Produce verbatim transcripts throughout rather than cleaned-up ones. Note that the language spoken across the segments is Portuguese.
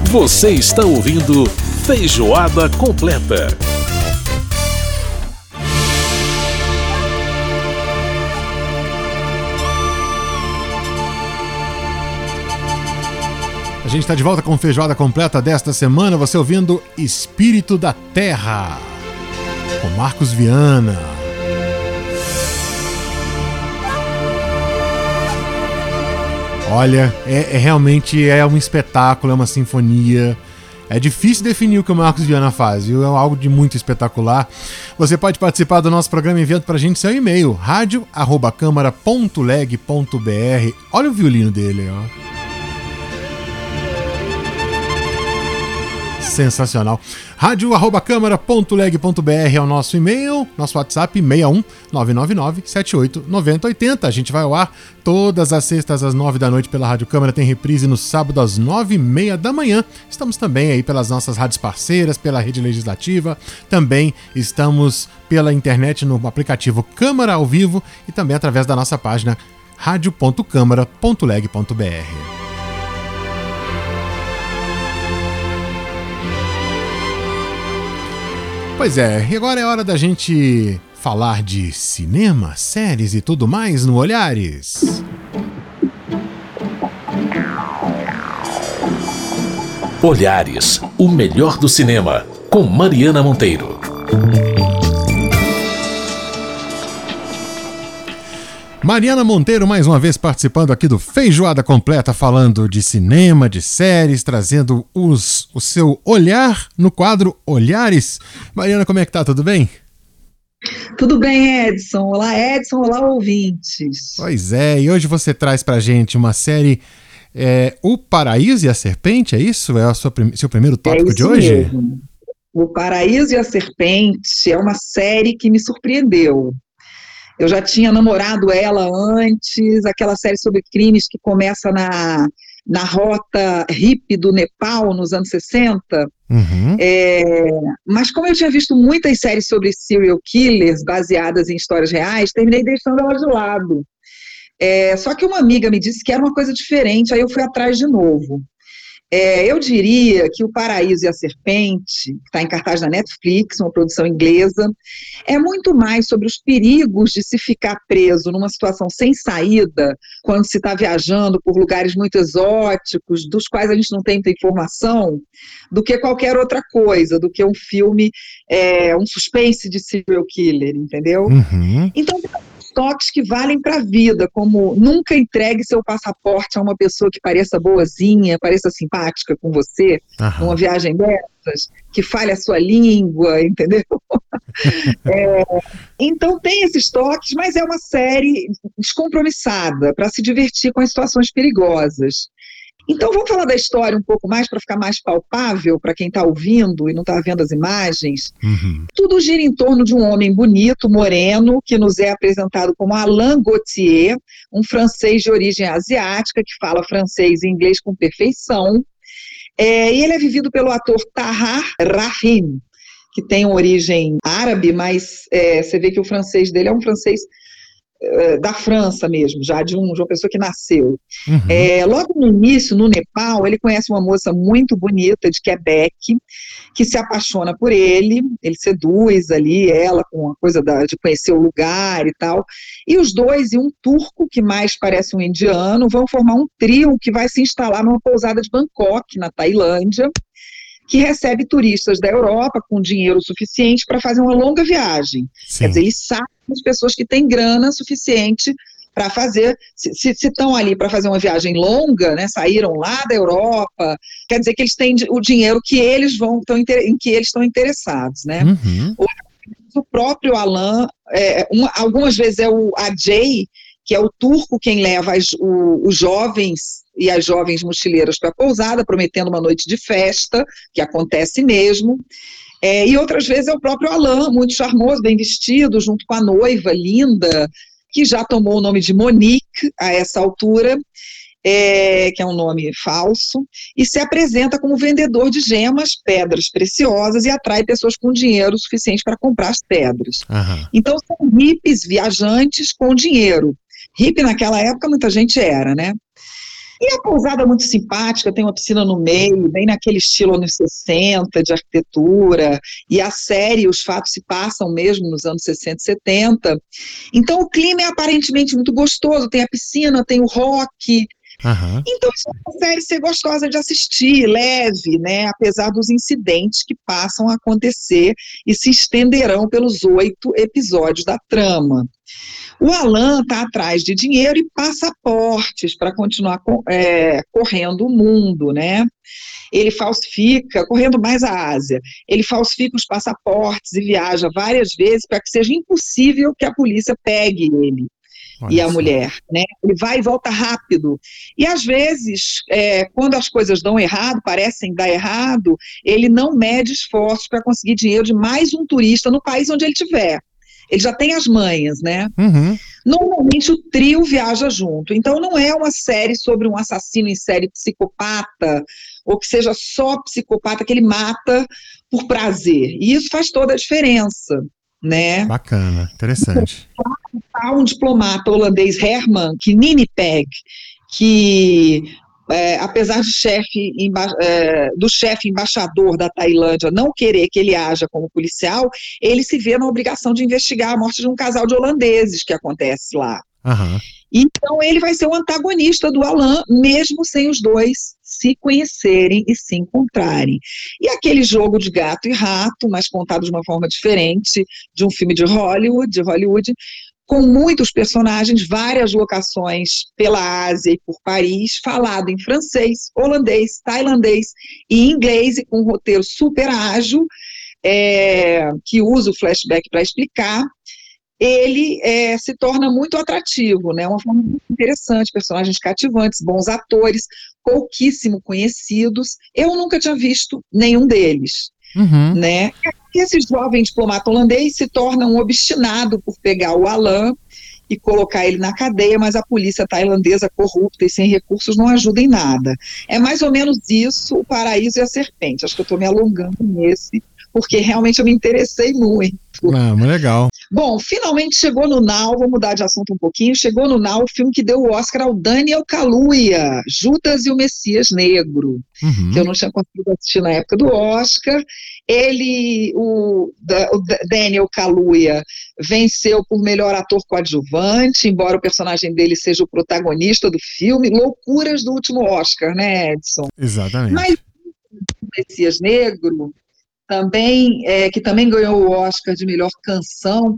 Você está ouvindo Feijoada Completa. A gente está de volta com Feijoada Completa desta semana, você ouvindo Espírito da Terra, com Marcos Viana. Olha, é, é realmente é um espetáculo, é uma sinfonia. É difícil definir o que o Marcos Viana faz, viu? É algo de muito espetacular. Você pode participar do nosso programa enviando pra gente seu e-mail, rádio arroba câmara ponto leg ponto br. Olha o violino dele, ó. Sensacional. rádio arroba câmara ponto leg ponto br é o nosso e-mail, nosso WhatsApp seis um nove nove nove sete oito nove zero oito zero. A gente vai ao ar todas as sextas às nove da noite pela Rádio Câmara, tem reprise no sábado às nove e meia da manhã. Estamos também aí pelas nossas rádios parceiras, pela Rede Legislativa, também estamos pela internet no aplicativo Câmara ao Vivo e também através da nossa página rádio ponto câmara ponto leg ponto br. Pois é, e agora é hora da gente falar de cinema, séries e tudo mais no Olhares. Olhares, o melhor do cinema, com Mariana Monteiro. Mariana Monteiro mais uma vez participando aqui do Feijoada Completa, falando de cinema, de séries, trazendo os, o seu olhar no quadro Olhares. Mariana, como é que tá? Tudo bem? Tudo bem, Edson. Olá, Edson. Olá, ouvintes. Pois é, e hoje você traz pra gente uma série, é, O Paraíso e a Serpente, é isso? É o seu, seu primeiro tópico é de hoje? Mesmo. O Paraíso e a Serpente é uma série que me surpreendeu. Eu já tinha namorado ela antes, aquela série sobre crimes que começa na, na rota hippie do Nepal, nos anos sessenta. Uhum. É, mas como eu tinha visto muitas séries sobre serial killers baseadas em histórias reais, terminei deixando ela de lado. É, só que uma amiga me disse que era uma coisa diferente, aí eu fui atrás de novo. É, eu diria que O Paraíso e a Serpente, que está em cartaz na Netflix, uma produção inglesa, é muito mais sobre os perigos de se ficar preso numa situação sem saída, quando se está viajando por lugares muito exóticos, dos quais a gente não tem muita informação, do que qualquer outra coisa, do que um filme, é, um suspense de serial killer, entendeu? Uhum. Então, toques que valem para a vida, como nunca entregue seu passaporte a uma pessoa que pareça boazinha, pareça simpática com você, Aham. numa viagem dessas, que fale a sua língua, entendeu? É, então tem esses toques, mas é uma série descompromissada, para se divertir com as situações perigosas. Então vamos falar da história um pouco mais, para ficar mais palpável para quem está ouvindo e não está vendo as imagens. Uhum. Tudo gira em torno de um homem bonito, moreno, que nos é apresentado como Alain Gauthier, um francês de origem asiática, que fala francês e inglês com perfeição. É, e ele é vivido pelo ator Tahar Rahim, que tem origem árabe, mas é, você vê que o francês dele é um francês da França mesmo, já de, um, de uma pessoa que nasceu. Uhum. É, logo no início, no Nepal, ele conhece uma moça muito bonita de Quebec, que se apaixona por ele, ele seduz ali ela com a coisa da, de conhecer o lugar e tal, e os dois e um turco, que mais parece um indiano, vão formar um trio que vai se instalar numa pousada de Bangkok, na Tailândia, que recebe turistas da Europa com dinheiro suficiente para fazer uma longa viagem. Sim. Quer dizer, eles sabem as pessoas que têm grana suficiente para fazer, se, se, se estão ali para fazer uma viagem longa, né, saíram lá da Europa, quer dizer que eles têm o dinheiro que eles vão, tão, em que eles estão interessados, né? Uhum. O, o próprio Alain, é, uma, algumas vezes é o Ajay, que é o turco quem leva as, o, os jovens e as jovens mochileiras para a pousada, prometendo uma noite de festa, que acontece mesmo. É, e outras vezes é o próprio Alain, muito charmoso, bem vestido, junto com a noiva linda, que já tomou o nome de Monique a essa altura, é, que é um nome falso, e se apresenta como vendedor de gemas, pedras preciosas, e atrai pessoas com dinheiro suficiente para comprar as pedras. Aham. Então são hippies viajantes com dinheiro. Hippie naquela época muita gente era, né? E a pousada é muito simpática, tem uma piscina no meio, bem naquele estilo anos sessenta, de arquitetura, e a série, os fatos se passam mesmo nos anos sessenta e setenta. Então o clima é aparentemente muito gostoso, tem a piscina, tem o rock. Aham. Então isso é uma série ser gostosa de assistir, leve, né, apesar dos incidentes que passam a acontecer e se estenderão pelos oito episódios da trama. O Alan está atrás de dinheiro e passaportes para continuar é, correndo o mundo, né? Ele falsifica, correndo mais a Ásia, ele falsifica os passaportes e viaja várias vezes para que seja impossível que a polícia pegue ele. Olha e a só. mulher, né? Ele vai e volta rápido. E às vezes, é, quando as coisas dão errado, parecem dar errado, ele não mede esforços para conseguir dinheiro de mais um turista no país onde ele estiver. Ele já tem as manhas, né? Uhum. Normalmente o trio viaja junto, então não é uma série sobre um assassino em série psicopata, ou que seja só psicopata que ele mata por prazer, e isso faz toda a diferença, né? Bacana, interessante. Há um diplomata holandês, Herman Knippeg, que É, apesar de chefe, emba- é, do chefe embaixador da Tailândia não querer que ele haja como policial, ele se vê na obrigação de investigar a morte de um casal de holandeses que acontece lá. Uhum. Então ele vai ser o antagonista do Alan, mesmo sem os dois se conhecerem e se encontrarem. E aquele jogo de gato e rato, mas contado de uma forma diferente, de um filme de Hollywood, de Hollywood, com muitos personagens, várias locações pela Ásia e por Paris, falado em francês, holandês, tailandês e inglês, e com um roteiro super ágil, é, que usa o flashback para explicar. Ele é, se torna muito atrativo, né? Uma forma muito interessante, personagens cativantes, bons atores, pouquíssimo conhecidos. Eu nunca tinha visto nenhum deles. Uhum. Né? E esse jovem diplomata holandês se torna um obstinado por pegar o Alan e colocar ele na cadeia, mas a polícia tailandesa corrupta e sem recursos não ajuda em nada. É mais ou menos isso, O Paraíso e a Serpente. Acho que eu estou me alongando nesse, porque realmente eu me interessei muito. Ah, muito legal. Bom, finalmente chegou no Now, vou mudar de assunto um pouquinho, chegou no Now o filme que deu o Oscar ao Daniel Kaluuya, Judas e o Messias Negro, uhum. que eu não tinha conseguido assistir na época do Oscar. Ele, o, o Daniel Kaluuya, venceu por melhor ator coadjuvante, embora o personagem dele seja o protagonista do filme. Loucuras do último Oscar, né, Edson? Exatamente. Mas o Messias Negro também, é, que também ganhou o Oscar de melhor canção.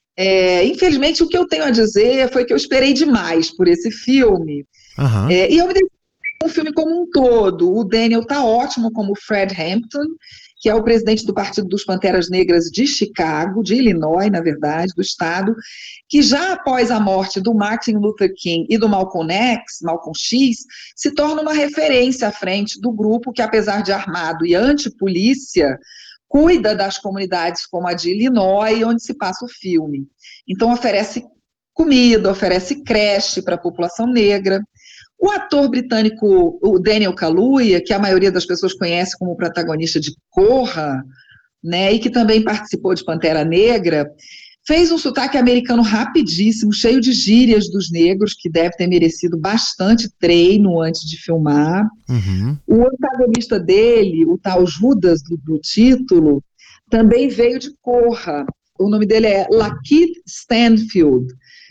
É, infelizmente, o que eu tenho a dizer foi que eu esperei demais por esse filme. Uhum. É, e eu me dei um filme como um todo. O Daniel está ótimo como Fred Hampton, que é o presidente do Partido dos Panteras Negras de Chicago, de Illinois, na verdade, do estado, que já após a morte do Martin Luther King e do Malcolm X, Malcolm X, se torna uma referência à frente do grupo que, apesar de armado e antipolícia, cuida das comunidades como a de Illinois, onde se passa o filme. Então oferece comida, oferece creche para a população negra. O ator britânico, o Daniel Kaluuya, que a maioria das pessoas conhece como protagonista de Corra, né, e que também participou de Pantera Negra, fez um sotaque americano rapidíssimo, cheio de gírias dos negros, que deve ter merecido bastante treino antes de filmar. Uhum. O antagonista dele, o tal Judas do, do título, também veio de Corra. O nome dele é Lakeith Stanfield,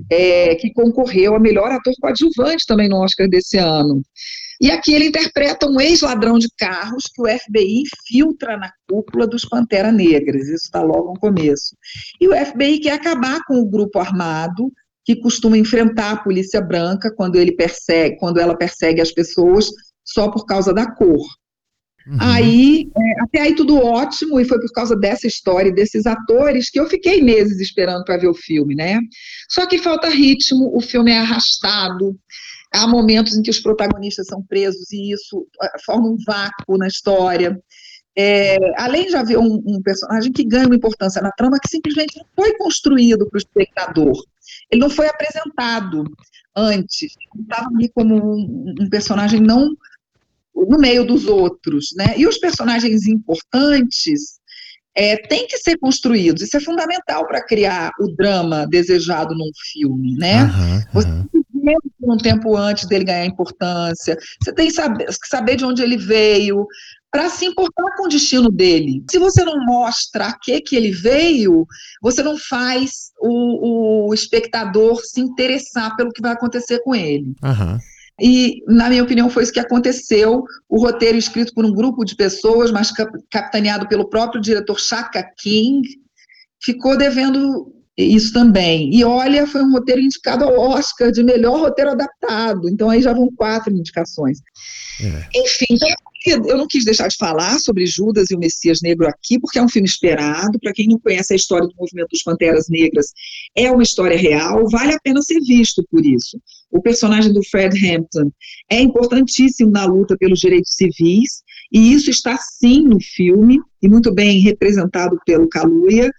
é, que concorreu a melhor ator coadjuvante também no Oscar desse ano. E aqui ele interpreta um ex-ladrão de carros que o F B I infiltra na cúpula dos Pantera Negras, isso está logo no começo. E o F B I quer acabar com o grupo armado que costuma enfrentar a polícia branca quando, ele persegue, quando ela persegue as pessoas só por causa da cor. Uhum. Aí, é, até aí tudo ótimo, e foi por causa dessa história e desses atores que eu fiquei meses esperando para ver o filme, né? Só que falta ritmo, o filme é arrastado, há momentos em que os protagonistas são presos e isso forma um vácuo na história. É, além de haver um, um personagem que ganha uma importância na trama que simplesmente não foi construído para o espectador, ele não foi apresentado antes, ele estava ali como um, um personagem não no meio dos outros, né? E os personagens importantes é, têm que ser construídos, isso é fundamental para criar o drama desejado num filme, né? Uhum, uhum. Você menos um tempo antes dele ganhar importância, você tem que saber, saber de onde ele veio, para se importar com o destino dele. Se você não mostra a que, que ele veio, você não faz o, o espectador se interessar pelo que vai acontecer com ele. Aham. E, na minha opinião, foi isso que aconteceu. O roteiro escrito por um grupo de pessoas, mas capitaneado pelo próprio diretor Shaka King, ficou devendo isso também. E olha, foi um roteiro indicado ao Oscar de melhor roteiro adaptado. Então aí já vão quatro indicações. É. Enfim, eu não quis deixar de falar sobre Judas e o Messias Negro aqui, porque é um filme esperado. Para quem não conhece a história do movimento dos Panteras Negras, é uma história real, vale a pena ser visto por isso. O personagem do Fred Hampton é importantíssimo na luta pelos direitos civis, e isso está sim no filme, e muito bem representado pelo Kaluuya.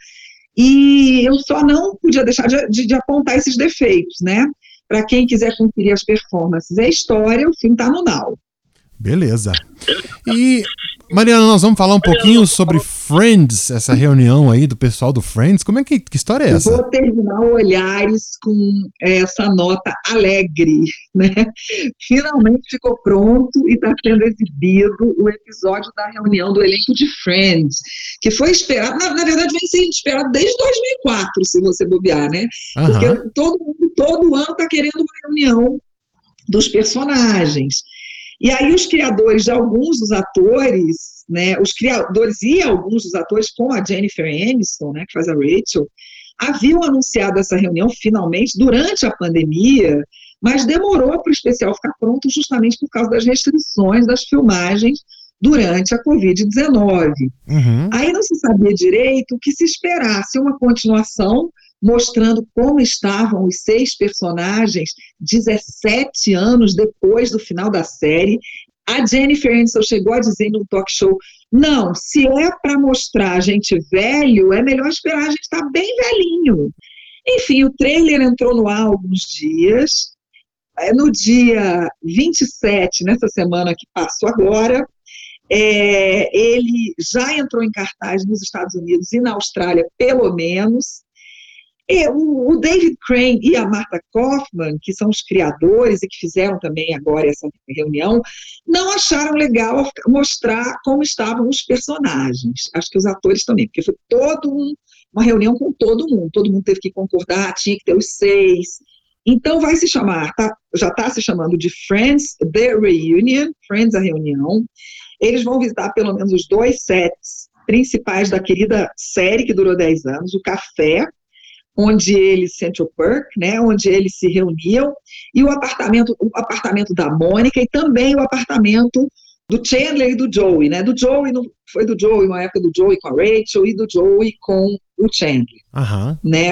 E eu só não podia deixar de, de, de apontar esses defeitos, né? Para quem quiser conferir as performances e a história, o filme está no Now. Beleza. E, Mariana, nós vamos falar um pouquinho sobre Friends, essa reunião aí do pessoal do Friends. Como é que, que história é essa? Eu vou terminar o Olhares com essa nota alegre, né? Finalmente ficou pronto e está sendo exibido o episódio da reunião do elenco de Friends, que foi esperado, na, na verdade vem sendo esperado desde dois mil e quatro, se você bobear, né? Uhum. Porque todo mundo, todo ano está querendo uma reunião dos personagens. E aí os criadores de alguns dos atores, né, os criadores e alguns dos atores, como a Jennifer Aniston, né, que faz a Rachel, haviam anunciado essa reunião finalmente durante a pandemia, mas demorou para o especial ficar pronto justamente por causa das restrições das filmagens durante a covid dezenove. Uhum. Aí não se sabia direito o que se esperasse, uma continuação mostrando como estavam os seis personagens dezessete anos depois do final da série. A Jennifer Aniston chegou a dizer num talk show, não, se é para mostrar a gente velho, é melhor esperar a gente estar bem velhinho. Enfim, o trailer entrou no ar há alguns dias. No dia vinte e sete, nessa semana que passou agora, é, ele já entrou em cartaz nos Estados Unidos e na Austrália, pelo menos. E o, o David Crane e a Martha Kaufman, que são os criadores e que fizeram também agora essa reunião, não acharam legal mostrar como estavam os personagens. Acho que os atores também, porque foi toda um, uma reunião com todo mundo, todo mundo teve que concordar, tinha que ter os seis. Então vai se chamar, tá, já está se chamando de Friends The Reunion, Friends a Reunião. Eles vão visitar pelo menos os dois sets principais da querida série que durou dez anos, o Café, onde eles, Central Park, né, onde eles se reuniam, e o apartamento, o apartamento da Mônica, e também o apartamento do Chandler e do Joey, né, do Joey, não, foi do Joey, uma época do Joey com a Rachel, e do Joey com o Chandler, uhum. né,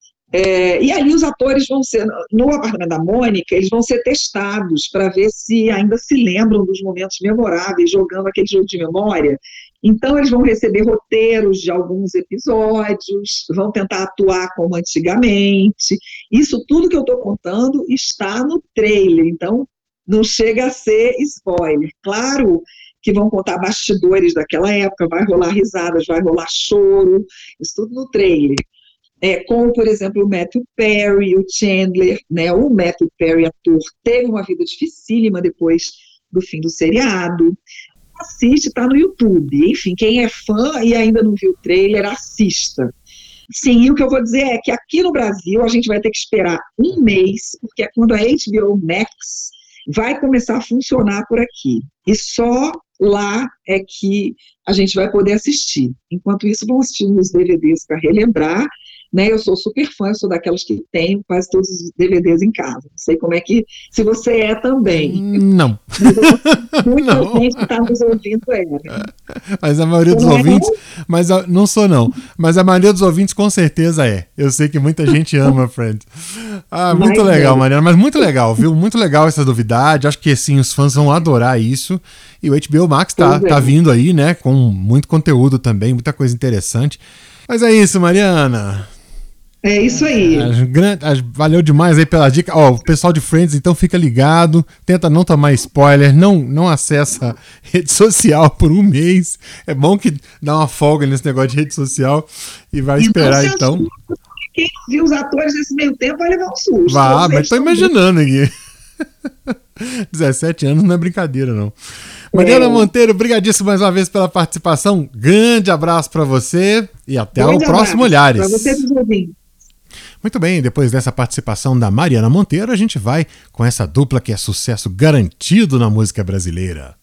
é, e ali os atores vão ser, no apartamento da Mônica, eles vão ser testados para ver se ainda se lembram dos momentos memoráveis, jogando aquele jogo de memória. Então, eles vão receber roteiros de alguns episódios, vão tentar atuar como antigamente. Isso tudo que eu estou contando está no trailer, então não chega a ser spoiler. Claro que vão contar bastidores daquela época, vai rolar risadas, vai rolar choro, isso tudo no trailer. É, como, por exemplo, o Matthew Perry, o Chandler, né? O Matthew Perry, ator, teve uma vida dificílima depois do fim do seriado. Assiste, tá no YouTube. Enfim, quem é fã e ainda não viu o trailer, assista. Sim, e o que eu vou dizer é que aqui no Brasil a gente vai ter que esperar um mês, porque é quando a H B O Max vai começar a funcionar por aqui. E só lá é que a gente vai poder assistir. Enquanto isso, vão assistir nos D V Ds para relembrar. Né, eu sou super fã, eu sou daquelas que tem quase todos os D V Ds em casa. Não sei como é que, se você é também. Não. Muita não. gente que está nos ouvindo é. Né? Mas a maioria dos não ouvintes, é? mas a, não sou não, mas a maioria dos ouvintes com certeza é. Eu sei que muita gente ama Friends. Ah, muito mas legal, é. Mariana, mas muito legal, viu? Muito legal essa novidade. Acho que assim, os fãs vão adorar isso. E o H B O Max tá, é. tá vindo aí, né? Com muito conteúdo também, muita coisa interessante. Mas é isso, Mariana. É isso aí. Valeu demais aí pela dica. Ó, o pessoal de Friends, então fica ligado. Tenta não tomar spoiler. Não, não acessa rede social por um mês. É bom que dá uma folga nesse negócio de rede social. E vai esperar, então. quem não viu os atores nesse meio tempo vai levar um susto. Ah, mas tô imaginando aqui. dezessete anos não é brincadeira, não. Mariana é. Monteiro, brigadíssimo mais uma vez pela participação. Grande abraço para você e até Grande o próximo Olhares. Para você, ouvintes. Muito bem, depois dessa participação da Mariana Monteiro, a gente vai com essa dupla que é sucesso garantido na música brasileira.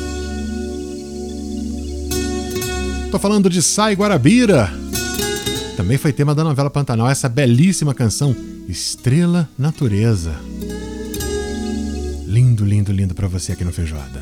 Tô falando de Sai Guarabira. Também foi tema da novela Pantanal, essa belíssima canção, Estrela Natureza. Lindo, lindo, lindo pra você aqui no Feijoada.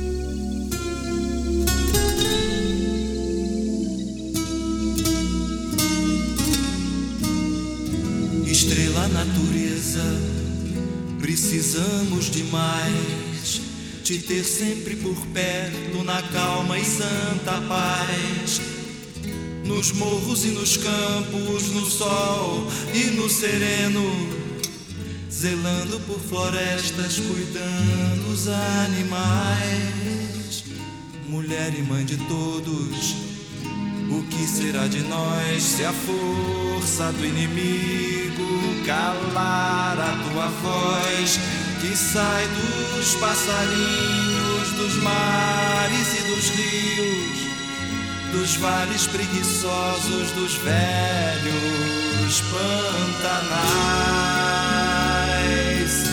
Estrela natureza, precisamos de mais, te ter sempre por perto na calma e santa paz. Nos morros e nos campos, no sol e no sereno, zelando por florestas, cuidando os animais. Mulher e mãe de todos, o que será de nós se a força do inimigo calar a tua voz, que sai dos passarinhos, dos mares e dos rios, dos vales preguiçosos, dos velhos pantanais.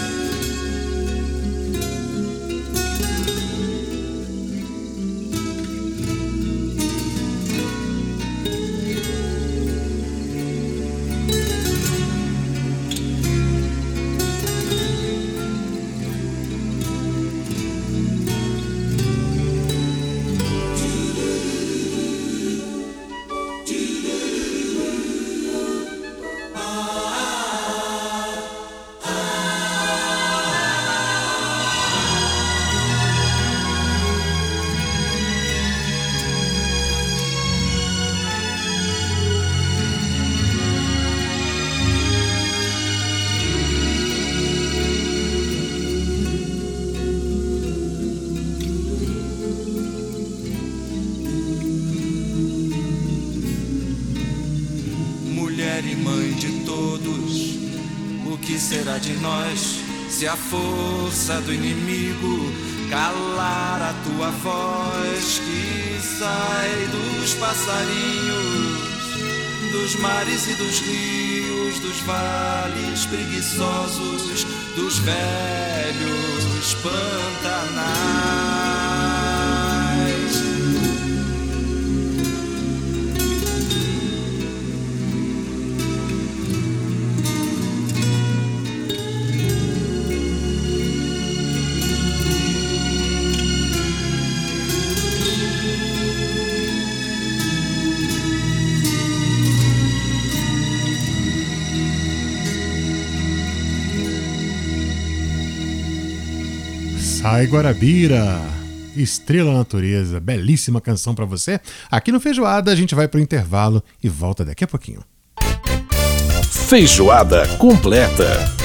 De nós, se a força do inimigo calar a tua voz, que sai dos passarinhos, dos mares e dos rios, dos vales preguiçosos, dos velhos pantanais. Sai Guarabira, Estrela Natureza, belíssima canção pra você. Aqui no Feijoada a gente vai pro intervalo e volta daqui a pouquinho. Feijoada completa.